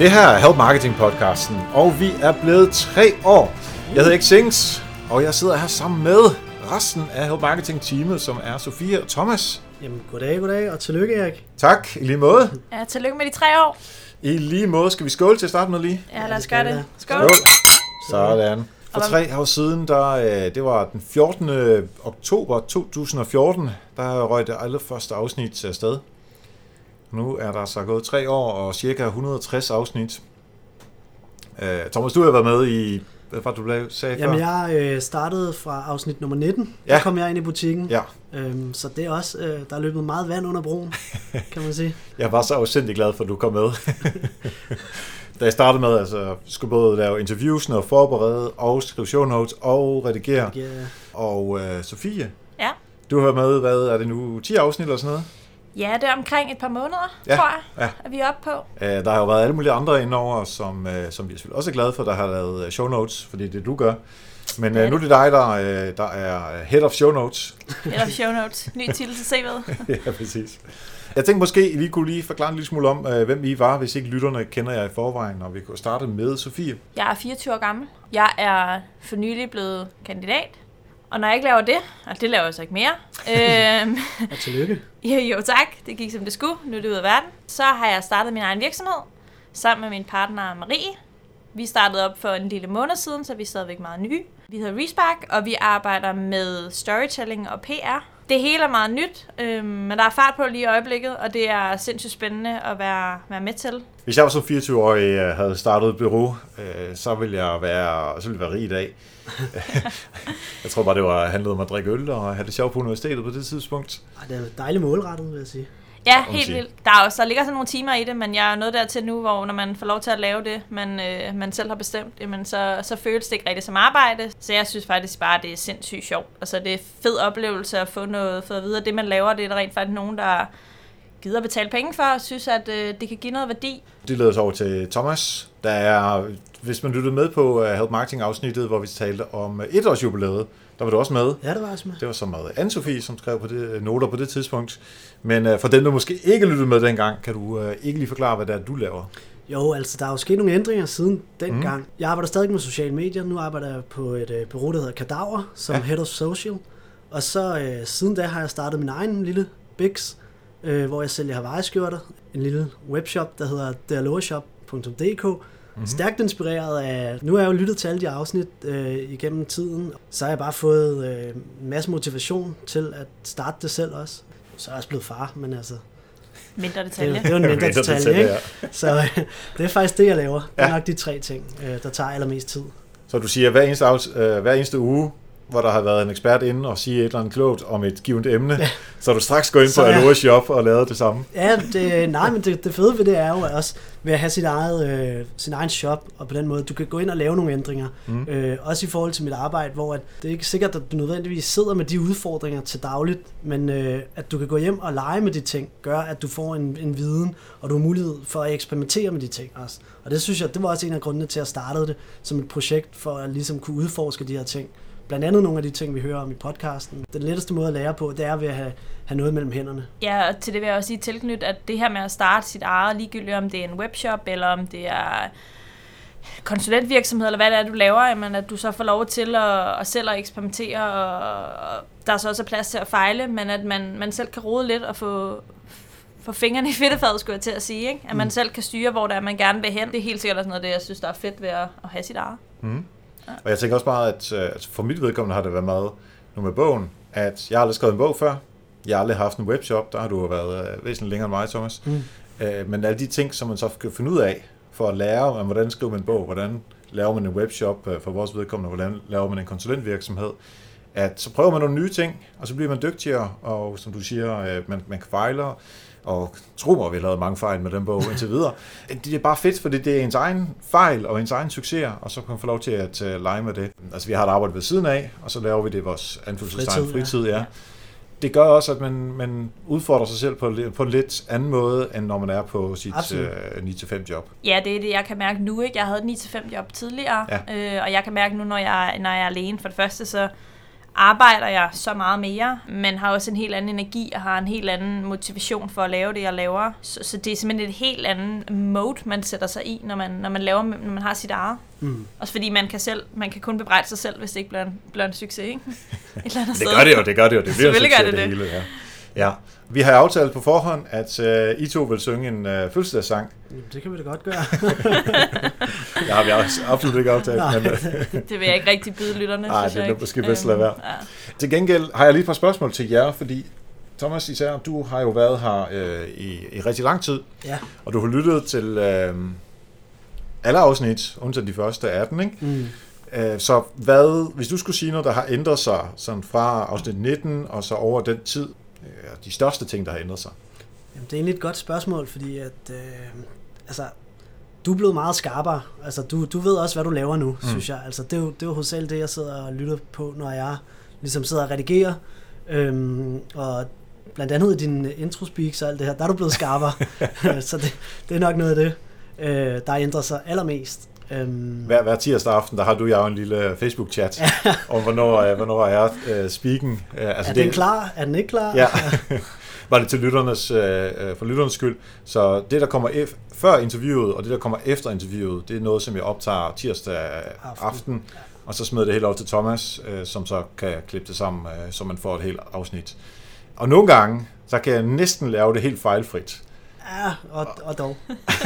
Det her er Help Marketing podcasten, og vi er blevet 3 år. Jeg hedder Xings, og jeg sidder her sammen med resten af Help Marketing teamet, som er Sofie og Thomas. Jamen, goddag, og tillykke, Erik. Tak, i lige måde. Ja, tillykke med de 3 år. I lige måde. Skal vi skåle til at starte med lige? Ja, lad os gøre det. Skål. Sådan. For 3 år siden, det var den 14. oktober 2014, der røg det allerførste afsnit afsted. Nu er der så gået 3 år og cirka 160 afsnit. Thomas, du har været med i, hvad var det, du sagde før? Jamen, jeg startede fra afsnit nummer 19, ja. Der kom jeg ind i butikken. Ja. Så det er også, der er løbet meget vand under broen, kan man sige. Jeg var så afsindig glad for, at du kom med. Da jeg startede med, altså, skulle både lave interviews og forberede, og skrive show notes, og redigere. Ja. Og Sofie, ja. Du har været med, hvad er det nu, 10 afsnit eller sådan noget? Ja, det er omkring et par måneder, tror jeg, at vi er oppe på. Der har jo været alle mulige andre indover, som vi er selvfølgelig også er glade for, der har lavet show notes, fordi det du gør. Men nu er det dig, der er Head of Show Notes. Head of Show Notes. Ny titel til CV'et. Ja, præcis. Jeg tænkte måske, I lige kunne forklare en lille smule om, hvem I var, hvis ikke lytterne kender jer i forvejen, og vi kunne starte med Sofie. Jeg er 24 år gammel. Jeg er for nylig blevet kandidat. Og når jeg ikke laver det, og det laver jeg så ikke mere. Og tillykke. Jo tak, det gik som det skulle, nu er det ude af verden. Så har jeg startet min egen virksomhed, sammen med min partner Marie. Vi startede op for en lille måned siden, så vi er stadigvæk meget nye. Vi hedder Respark, og vi arbejder med storytelling og PR. Det hele er meget nyt, men der er fart på lige i øjeblikket, og det er sindssygt spændende at være med til. Hvis jeg var som 24-årig havde startet et bureau, så ville jeg være rig i dag. Jeg tror bare, det handlede om at drikke øl og have det sjovt på universitetet på det tidspunkt. Det er dejligt målrettet, vil jeg sige. Ja, helt vildt. Der ligger sådan nogle timer i det, men jeg er nået dertil nu, hvor når man får lov til at lave det, man selv har bestemt, jamen så føles det ikke rigtig som arbejde. Så jeg synes faktisk bare, det er sindssygt sjovt. Altså, det er fed oplevelse at få noget for at vide, at det man laver, det er der rent faktisk nogen, der gider betale penge for, og synes, at det kan give noget værdi. Det leder os over til Thomas. Der er, hvis man lyttede med på Help Marketing afsnittet, hvor vi talte om 1-årsjubilæet, der var du også med. Ja, det var også med. Det var så meget Anne-Sophie, som skrev på noter på det tidspunkt. Men for dem, der måske ikke lyttede med dengang, kan du ikke lige forklare, hvad det er, du laver? Jo, altså der er jo sket nogle ændringer siden dengang. Jeg arbejder stadig med sociale medier. Nu arbejder jeg på et bureau, der hedder Kadaver, som Head of Social. Og så siden da har jeg startet min egen lille Bix, hvor jeg sælger Hawaii-skjorter. En lille webshop, der hedder thealoashop.dk. Stærkt inspireret af, nu har jeg jo lyttet til alle de afsnit igennem tiden, så har jeg bare fået en masse motivation til at starte det selv også. Så er jeg også blevet far, men altså... Mindre detalje. Det er jo en mindre detalje, ikke? Så det er faktisk det, jeg laver. Det er nok de 3 ting, der tager allermest tid. Så du siger, hver eneste uge, hvor der har været en ekspert inde og sige et eller andet klogt om et givet emne, så du straks går ind på Aloha Shop og laver det samme. Ja, men det fede ved det er jo også ved at have sin egen shop, og på den måde, du kan gå ind og lave nogle ændringer. Også i forhold til mit arbejde, hvor det er ikke sikkert, at du nødvendigvis sidder med de udfordringer til dagligt, men at du kan gå hjem og lege med de ting, gør, at du får en viden, og du har mulighed for at eksperimentere med de ting også. Og det synes jeg, det var også en af grundene til at starte det som et projekt, for at ligesom kunne udforske de her ting. Blandt andet nogle af de ting, vi hører om i podcasten. Den letteste måde at lære på, det er ved at have noget mellem hænderne. Ja, og til det vil jeg også sige tilknyt, at det her med at starte sit eget, ligegyldigt om det er en webshop, eller om det er konsulentvirksomhed, eller hvad det er, du laver, jamen, at du så får lov til at selv at eksperimentere, og der er så også plads til at fejle, men at man selv kan rode lidt og få fingrene i fedtefadet, skulle jeg til at sige, ikke? At man selv kan styre, hvor det er, man gerne vil hen. Det er helt sikkert sådan noget, det jeg synes, der er fedt ved at have sit eget. Ja. Og jeg tænker også meget, at for mit vedkommende har det været meget nu med bogen, at jeg har aldrig skrevet en bog før. Jeg har aldrig haft en webshop, der har du været væsentligt længere end mig, Thomas. Men alle de ting, som man så kan finde ud af for at lære, hvordan skriver man en bog, hvordan laver man en webshop for vores vedkommende, hvordan laver man en konsulentvirksomhed, at så prøver man nogle nye ting, og så bliver man dygtigere, og som du siger, man kan fejle, og tro mig, vi har lavet mange fejl med den bog indtil videre. Det er bare fedt, fordi det er ens egen fejl og ens egen succes, og så kan man få lov til at lege med det. Altså, vi har et arbejde ved siden af, og så laver vi det i vores fritid. Ja. Det gør også, at man udfordrer sig selv på en lidt anden måde, end når man er på sit 9-5 job. Ja, det er det, jeg kan mærke nu, ikke? Jeg havde et 9-5 job tidligere, og jeg kan mærke nu, når jeg er alene. For det første, så arbejder jeg så meget mere, men har også en helt anden energi og har en helt anden motivation for at lave det, jeg laver. Så det er simpelthen et helt andet mode, man sætter sig i, når man har sit eget. Også fordi man kan kun bebrejde sig selv, hvis det ikke bliver en succes, ikke? Et eller andet det gør det jo. Det bliver en succes, det hele. Ja. Vi har aftalt på forhånd, at I to vil synge en fødselsdagssang. Det kan vi da godt gøre. Det har vi absolut ikke aftalt. Det vil jeg ikke rigtig byde lytterne. Nej, det er måske bedst lade være. Ja. Til gengæld har jeg lige et par spørgsmål til jer, fordi Thomas især, du har jo været her i rigtig lang tid, og du har lyttet til alle afsnit, undtagen de første 18, ikke? Så hvis du skulle sige noget, der har ændret sig sådan fra afsnit 19 og så over den tid, de største ting, der har ændret sig? Jamen, det er egentlig et godt spørgsmål, fordi at, du er blevet meget skarpere. Altså, du ved også, hvad du laver nu, synes jeg. Altså, det er jo hovedsageligt det, jeg sidder og lytter på, når jeg ligesom sidder og redigerer. Og blandt andet i din introspeaks og alt det her, der er du blevet skarpere. Så det er nok noget af det, der ændrer sig allermest. Hver tirsdag aften, der har du jo en lille Facebook-chat om, hvornår er speaken. Altså er den klar? Er den ikke klar? Ja. Var det til for lytternes skyld. Så det, der kommer før interviewet, og det, der kommer efter interviewet, det er noget, som jeg optager tirsdag aften. Og så smider det helt over til Thomas, som så kan klippe det sammen, så man får et helt afsnit. Og nogle gange, så kan jeg næsten lave det helt fejlfrit. Ja, og dog.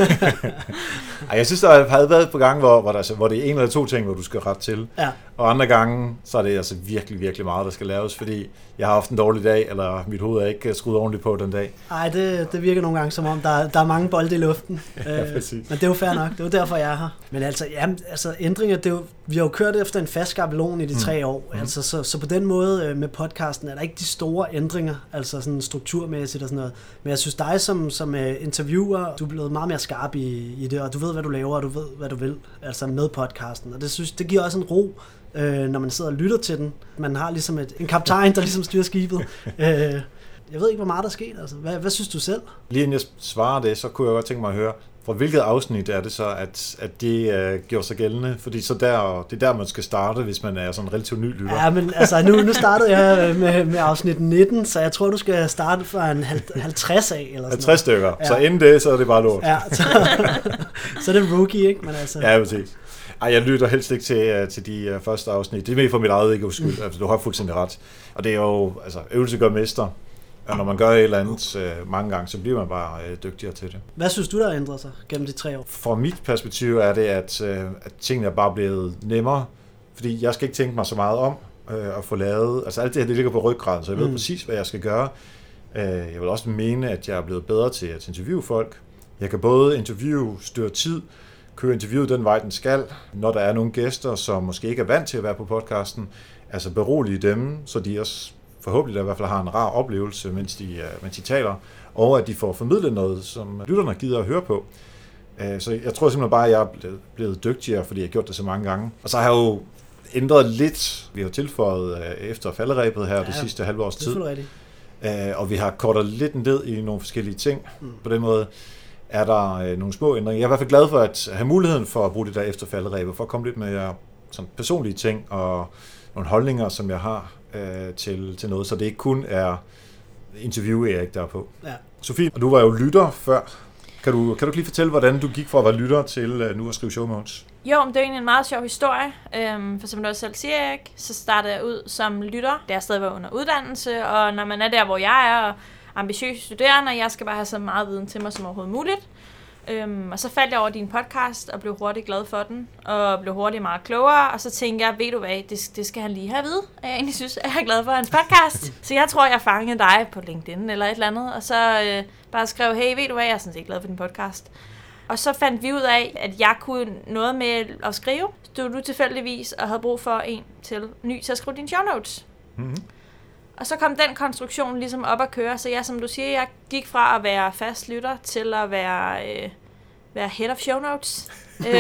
Jeg synes, der havde været på gange, hvor det er en eller to ting, hvor du skal rette til. Ja. Og andre gange, så er det altså virkelig, virkelig meget, der skal laves, fordi jeg har haft en dårlig dag, eller mit hoved er ikke skruet ordentligt på den dag. Nej, det virker nogle gange, som om der er mange bolde i luften. Ja, præcis. Men det er jo fair nok. Det er jo derfor, jeg er her. Men altså ændringer, vi har jo kørt efter en fast skabelon i de 3 år. Altså, så på den måde med podcasten er der ikke de store ændringer, altså sådan strukturmæssigt og sådan noget. Men jeg synes dig som interviewer, du er blevet meget mere skarp i det, og du ved, hvad du laver, og du ved, hvad du vil, altså med podcasten. Og det giver også en ro, når man sidder og lytter til den. Man har ligesom en kaptajn, der ligesom styrer skibet. Jeg ved ikke, hvor meget der er sket. Altså. Hvad synes du selv? Lige inden jeg svarer det, så kunne jeg godt tænke mig at høre, fra hvilket afsnit er det så, at det gjorde sig gældende? Fordi så det er der, man skal starte, hvis man er sådan en relativt ny lytter. Ja, men altså, nu startede jeg med afsnit 19, så jeg tror, du skal starte fra en 50 af. Eller sådan 50 stykker. Ja. Så inden det, så er det bare lort. Ja, så er det rookie, ikke? Men altså... Ja, præcis. Ej, jeg lytter helst ikke til de første afsnit. Det er mere for mit eget ikke uskyld. Altså, du har fuldstændig ret. Og det er jo, altså, øvelse gør mester. Og når man gør et eller andet mange gange, så bliver man bare dygtigere til det. Hvad synes du, der har ændret sig gennem de 3 år? Fra mit perspektiv er det, at tingene er bare blevet nemmere. Fordi jeg skal ikke tænke mig så meget om at få lavet... Altså alt det her, det ligger på ryggraden, så jeg ved præcis, hvad jeg skal gøre. Jeg vil også mene, at jeg er blevet bedre til at interviewe folk. Jeg kan både styre tid, køre interviewet den vej, den skal. Når der er nogle gæster, som måske ikke er vant til at være på podcasten, altså berolige dem, så de også forhåbentlig i hvert fald har en rar oplevelse, mens de taler, og at de får formidlet noget, som lytterne gider at høre på. Så jeg tror simpelthen bare, at jeg er blevet dygtigere, fordi jeg har gjort det så mange gange. Og så har jeg jo ændret lidt. Vi har tilføjet efter falderebet her det sidste halve års tid. Og vi har kortet lidt ned i nogle forskellige ting. På den måde er der nogle små ændringer. Jeg er i hvert fald glad for at have muligheden for at bruge det der efter falderebet, for at komme lidt med sådan personlige ting og nogle holdninger, som jeg har til noget, så det ikke kun er interview Erik, der er på. Ja. Sofie, du var jo lytter før. Kan du ikke lige fortælle, hvordan du gik fra at være lytter til nu at skrive show notes? Jo, men det er egentlig en meget sjov historie. For som du også selv siger, Erik, så startede jeg ud som lytter, da jeg stadig var under uddannelse, og når man er der, hvor jeg er, og ambitiøs studerende, jeg skal bare have så meget viden til mig som overhovedet muligt. Og så faldt jeg over din podcast og blev hurtigt glad for den, og blev hurtigt meget klogere, og så tænkte jeg, ved du hvad, det skal han lige have at vide, at jeg egentlig synes, at jeg er glad for hans podcast. Så jeg tror, jeg fangede dig på LinkedIn eller et eller andet, og så bare skrev, hey, ved du hvad, jeg er sådan set glad for din podcast. Og så fandt vi ud af, at jeg kunne noget med at skrive. Stod du tilfældigvis og havde brug for en ny til at skrive dine show notes. Mm-hmm. Og så kom den konstruktion ligesom op at køre, så jeg, som du siger, jeg gik fra at være fast lytter til at være head of show notes,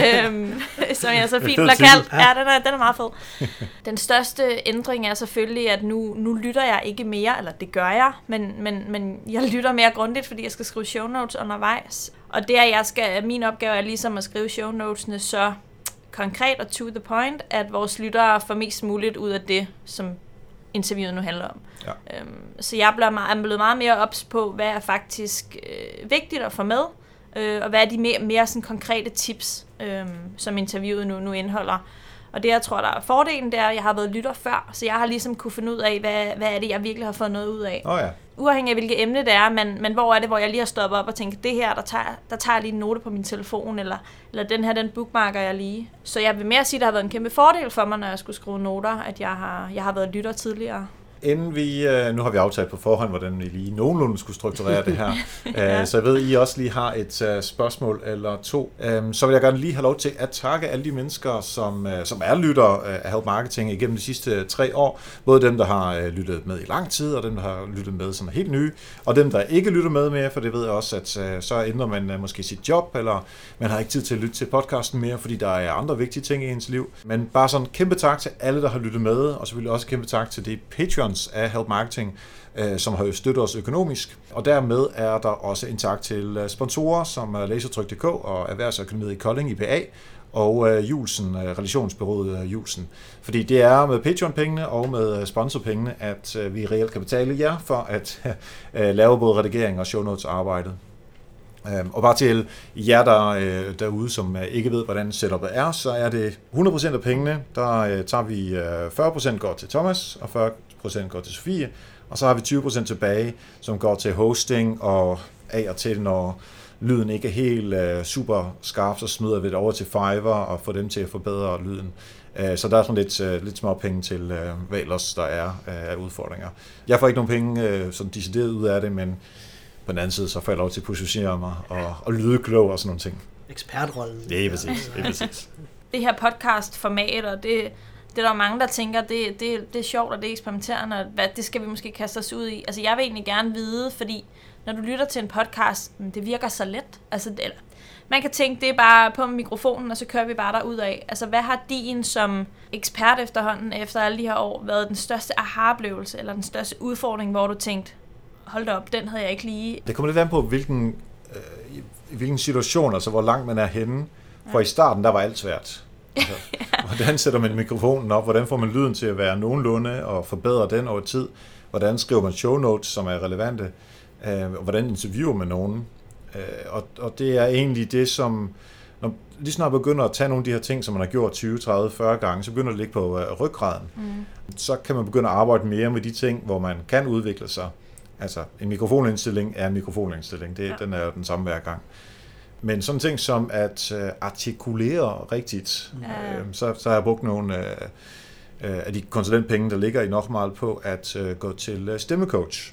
som jeg så fint bliver kaldt. Ja, den er meget fed. Den største ændring er selvfølgelig, at nu lytter jeg ikke mere, eller det gør jeg, men jeg lytter mere grundigt, fordi jeg skal skrive show notes undervejs. Og det min opgave er ligesom at skrive show notesene så konkret og to the point, at vores lyttere får mest muligt ud af det, som interviewet nu handler om. Ja. Så jeg er blevet meget mere ops på, hvad er faktisk vigtigt at få med, og hvad er de mere sådan konkrete tips, som interviewet nu indeholder. Og det, jeg tror, der er fordelen, det er, at jeg har været lytter før, så jeg har ligesom kunne finde ud af, hvad er det, jeg virkelig har fået noget ud af. Ja. Uafhængig af, hvilket emne det er, men hvor er det, hvor jeg lige har stoppet op og tænkt, det her, der tager jeg lige en note på min telefon, eller den bookmarker jeg lige. Så jeg vil mere sige, at det har været en kæmpe fordel for mig, når jeg skulle skrive noter, at jeg har været lytter tidligere. Inden nu har vi aftalt på forhånd, hvordan vi lige nogenlunde skulle strukturere det her. Ja. Så jeg ved, I også lige har et spørgsmål eller to. Så vil jeg gerne lige have lov til at takke alle de mennesker, som er lyttere af Help Marketing igennem de sidste 3 år. Både dem, der har lyttet med i lang tid, og dem, der har lyttet med, som er helt nye. Og dem, der ikke lytter med mere, for det ved jeg også, at så ændrer man måske sit job, eller man har ikke tid til at lytte til podcasten mere, fordi der er andre vigtige ting i ens liv. Men bare sådan kæmpe tak til alle, der har lyttet med, og selvfølgelig også kæmpe tak til de Patreons af Help Marketing, som har støttet os økonomisk. Og dermed er der også en tak til sponsorer, som Lasertryk.dk og Erhvervsakademiet i Kolding, IPA, og Julesen, relationsbureauet Julesen. Fordi det er med Patreon-pengene og med sponsorpengene, at vi reelt kan betale jer for at lave både redigering og show notes arbejdet. Og bare til jer derude, som ikke ved, hvordan setupet er, så er det 100% af pengene, der tager vi 40% går til Thomas, og 40% går til Sofie, og så har vi 20% tilbage, som går til hosting, og af og til, når lyden ikke er helt super skarp, så smider vi det over til Fiverr og får dem til at forbedre lyden. Så der er sådan lidt små penge til, hvad ellers der er af udfordringer. Jeg får ikke nogen penge sådan decideret ud af det, men på den anden side, så får jeg lov til at positionere mig og lyde klog og sådan nogle ting. Ekspertrollen. Det er præcis. Det her podcast-format, og det er der mange, der tænker, det er sjovt, og det er eksperimenterende, og det skal vi måske kaste os ud i. Altså, jeg vil egentlig gerne vide, fordi når du lytter til en podcast, det virker så let. Altså, man kan tænke, det er bare på mikrofonen, og så kører vi bare derudad. Altså, hvad har din som ekspert efterhånden, efter alle de her år, været den største aha-oplevelse, eller den største udfordring, hvor du tænkte, hold da op, den havde jeg ikke lige. Det kommer lidt an på, hvilken situation, altså hvor langt man er henne. For i starten, der var alt svært. Altså, hvordan sætter man mikrofonen op? Hvordan får man lyden til at være nogenlunde og forbedre den over tid? Hvordan skriver man show notes, som er relevante? Hvordan interviewer man nogen? Og det er egentlig det, som lige snart begynder at tage nogle af de her ting, som man har gjort 20, 30, 40 gange, så begynder det at ligge på ryggraden. Så kan man begynde at arbejde mere med de ting, hvor man kan udvikle sig. Altså, en mikrofonindstilling er en mikrofonindstilling. Den er jo den samme hver gang. Men sådan ting som at artikulere rigtigt, så har jeg brugt nogle af de konsulentpenge, der ligger i Nochmal på at gå til stemmecoach.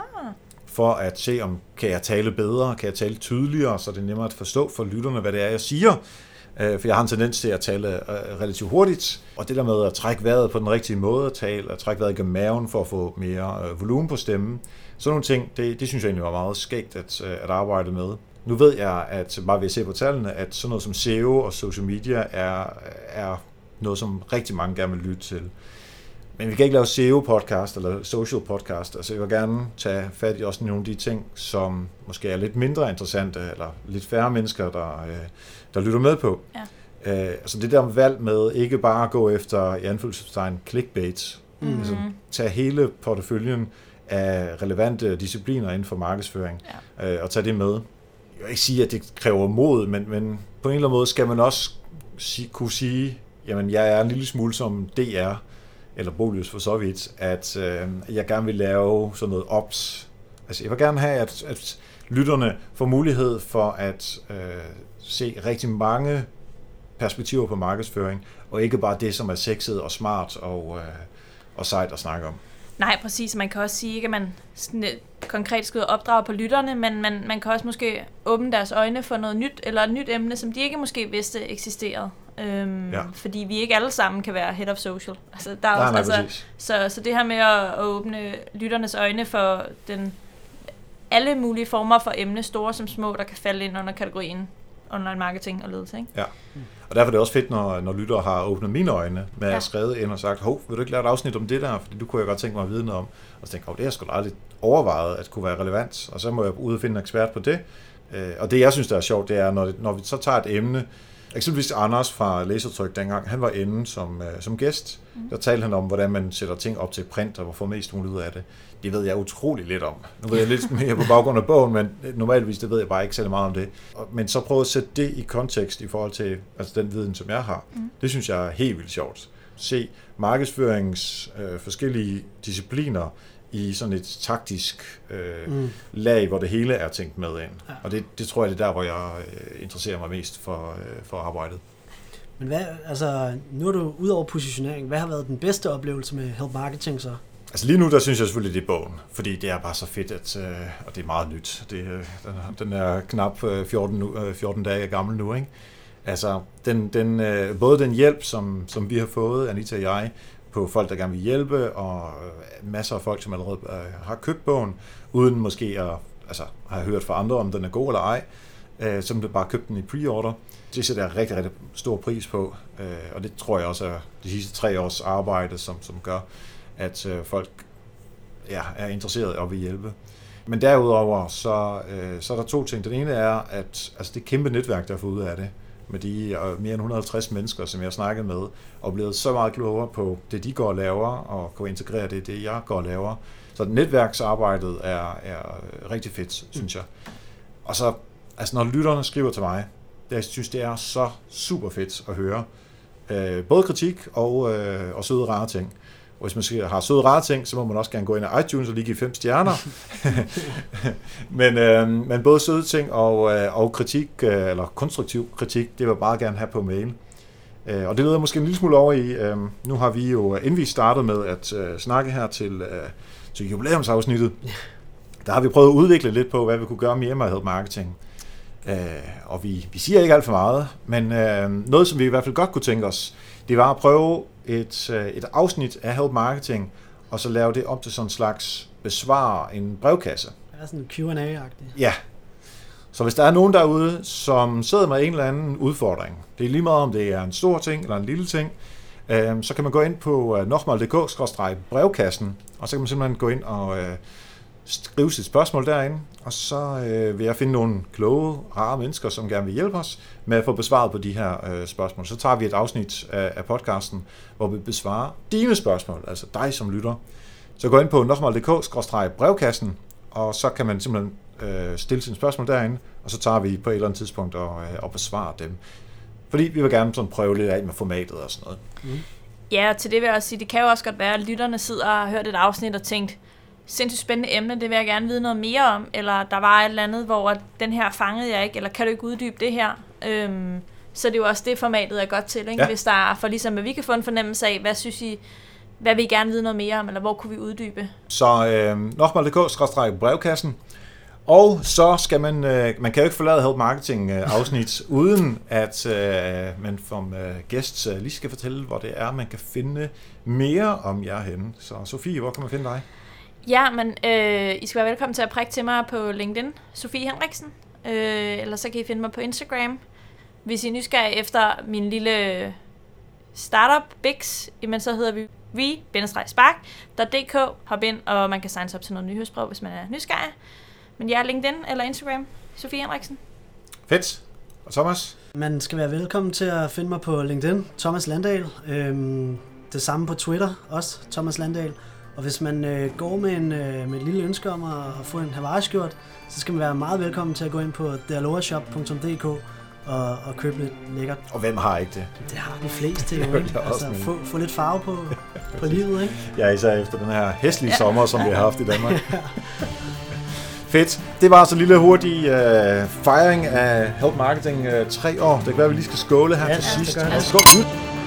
For at se, om kan jeg tale bedre, kan jeg tale tydeligere, så det er nemmere at forstå for lytterne, hvad det er, jeg siger. For jeg har en tendens til at tale relativt hurtigt. Og det der med at trække vejret på den rigtige måde at tale, at trække vejret gennem maven for at få mere volumen på stemmen. Sådan nogle ting, det synes jeg egentlig var meget skægt at arbejde med. Nu ved jeg, at bare ved at se på tallene, at sådan noget som SEO og social media er noget, som rigtig mange gerne vil lytte til. Men vi kan ikke lave SEO-podcast eller social podcast. Altså jeg vil gerne tage fat i også nogle af de ting, som måske er lidt mindre interessante, eller lidt færre mennesker, der lytter med på. Ja. Altså det der valg med ikke bare at gå efter, i anførselstegn, clickbait. Altså tage hele porteføljen af relevante discipliner inden for markedsføring, og tage det med. Jeg vil ikke sige, at det kræver mod, men på en eller anden måde skal man også kunne sige, jamen jeg er en lille smule som DR, eller Bolius for så vidt, at jeg gerne vil lave sådan noget ops. Altså jeg vil gerne have, at lytterne får mulighed for at se rigtig mange perspektiver på markedsføring, og ikke bare det, som er sexet og smart og sejt at snakke om. Nej, præcis. Man kan også sige, ikke, at man konkret skal opdrage på lytterne, men man kan også måske åbne deres øjne for noget nyt, eller et nyt emne, som de ikke måske vidste eksisterede. Fordi vi ikke alle sammen kan være head of social. Altså, der er også, så det her med at åbne lytternes øjne for alle mulige former for emne, store som små, der kan falde ind under kategorien online marketing og ledelse. Ikke? Ja. Og derfor er det også fedt, når lyttere har åbnet mine øjne med at skrive ind og sagt, hov, vil du ikke lave et afsnit om det der? Fordi du kunne jeg godt tænke mig at vide noget om. Og så tænkte jeg, det har jeg sgu da aldrig overvejet, at kunne være relevant. Og så må jeg ud og finde en ekspert på det. Og det, jeg synes, der er sjovt, det er, når vi så tager et emne, Eksempelvis Anders fra Lasertryk dengang, han var inde som gæst. Der talte han om, hvordan man sætter ting op til print, og hvor får mest muligt ud af det. Det ved jeg utrolig lidt om. Nu ved jeg lidt mere på baggrund af bogen, men normalvis det ved jeg bare ikke særlig meget om det. Men så prøve at sætte det i kontekst i forhold til altså den viden, som jeg har. Det synes jeg er helt vildt sjovt. Se markedsførings forskellige discipliner i sådan et taktisk lag, hvor det hele er tænkt med ind. Ja. Og det tror jeg, det er der, hvor jeg interesserer mig mest for arbejdet. Men hvad, altså, nu er du ud over positionering. Hvad har været den bedste oplevelse med Help Marketing så? Altså lige nu, der synes jeg selvfølgelig, det er bogen, fordi det er bare så fedt, og det er meget nyt. Den er knap 14 dage gammel nu, ikke? Altså, både den hjælp, som vi har fået, Anita og jeg, på folk, der gerne vil hjælpe, og masser af folk, som allerede har købt bogen, uden måske at have hørt fra andre, om den er god eller ej, som bare købt den i pre-order. Det sætter jeg rigtig, rigtig stor pris på, og det tror jeg også er de sidste 3 års arbejde, som gør, at folk er interesserede og vil hjælpe. Men derudover, så er der 2 ting. Den ene er, at altså det kæmpe netværk, der er fået ud af det, med de mere end 150 mennesker, som jeg har snakket med, og blevet så meget klogere på det, de går og laver, og kunne integrere det, jeg går og laver. Så netværksarbejdet er rigtig fedt, synes jeg. Og så, altså når lytterne skriver til mig, jeg synes, det er så super fedt at høre. Både kritik og søde rare ting. Og hvis man har søde rare ting, så må man også gerne gå ind i iTunes og lige give 5 stjerner. men både søde ting og kritik, eller konstruktiv kritik, det vil jeg bare gerne have på mail. Og det leder måske en lille smule over i, nu har vi jo, inden vi startede med at snakke her til jubilæumsafsnittet, der har vi prøvet at udvikle lidt på, hvad vi kunne gøre mere med Help Marketing. Og vi siger ikke alt for meget, men noget, som vi i hvert fald godt kunne tænke os, det var at prøve et afsnit af Help Marketing, og så lave det op til sådan en slags besvar en brevkasse. Ja, sådan en Q&A-agtig. Ja. Så hvis der er nogen derude, som sidder med en eller anden udfordring, det er lige meget om det er en stor ting eller en lille ting, så kan man gå ind på nokmal.dk/brevkassen, og så kan man simpelthen gå ind og skrive sit spørgsmål derinde, og så vil jeg finde nogle kloge, rare mennesker, som gerne vil hjælpe os med at få besvaret på de her spørgsmål. Så tager vi et afsnit af podcasten, hvor vi besvarer dine spørgsmål, altså dig som lytter. Så gå ind på nokmal.dk/brevkassen, og så kan man simpelthen stille sine spørgsmål derinde, og så tager vi på et eller andet tidspunkt og besvarer dem. Fordi vi vil gerne sådan prøve lidt af med formatet og sådan noget. Ja, og til det vil jeg også sige, det kan jo også godt være, at lytterne sidder og har hørt et afsnit og tænkt, sindssygt spændende emne, det vil jeg gerne vide noget mere om, eller der var et eller andet, hvor den her fangede jeg ikke, eller kan du ikke uddybe det her? Så det er jo også det, formatet er godt til, ikke? Ja. Hvis der er, for ligesom at vi kan få en fornemmelse af, hvad vil I gerne vide noget mere om, eller hvor kunne vi uddybe? Så nokmal.dk/brevkassen, og så skal man kan jo ikke forlade Help Marketing afsnit, uden at man som gæst lige skal fortælle, hvor det er, man kan finde mere om jer henne. Så Sofie, hvor kan man finde dig? Ja, men I skal være velkommen til at prikke til mig på LinkedIn, Sofie Henriksen, eller så kan I finde mig på Instagram. Hvis I er nysgerrige efter min lille startup, Bix, jamen så hedder vi vi-spark.dk, hop ind, og man kan signe sig op til noget nyhedsbrev, hvis man er nysgerrig. Men jeg er LinkedIn eller Instagram, Sofie Henriksen. Fedt. Og Thomas? Man skal være velkommen til at finde mig på LinkedIn, Thomas Landahl. Det samme på Twitter, også Thomas Landahl. Og hvis man går med et lille ønske om at få en Hawaii-skjort, så skal man være meget velkommen til at gå ind på thealoashop.dk og købe lidt lækkert. Og hvem har ikke det? Det har de fleste jo, ikke? Altså få lidt farve på livet, ikke? Ja, især efter den her hæslige sommer, som vi har haft i Danmark. Fedt. Det var altså en lille hurtig fejring af Help Marketing 3 år. Det kan være, at vi lige skal skåle her til sidst. Ja, skål.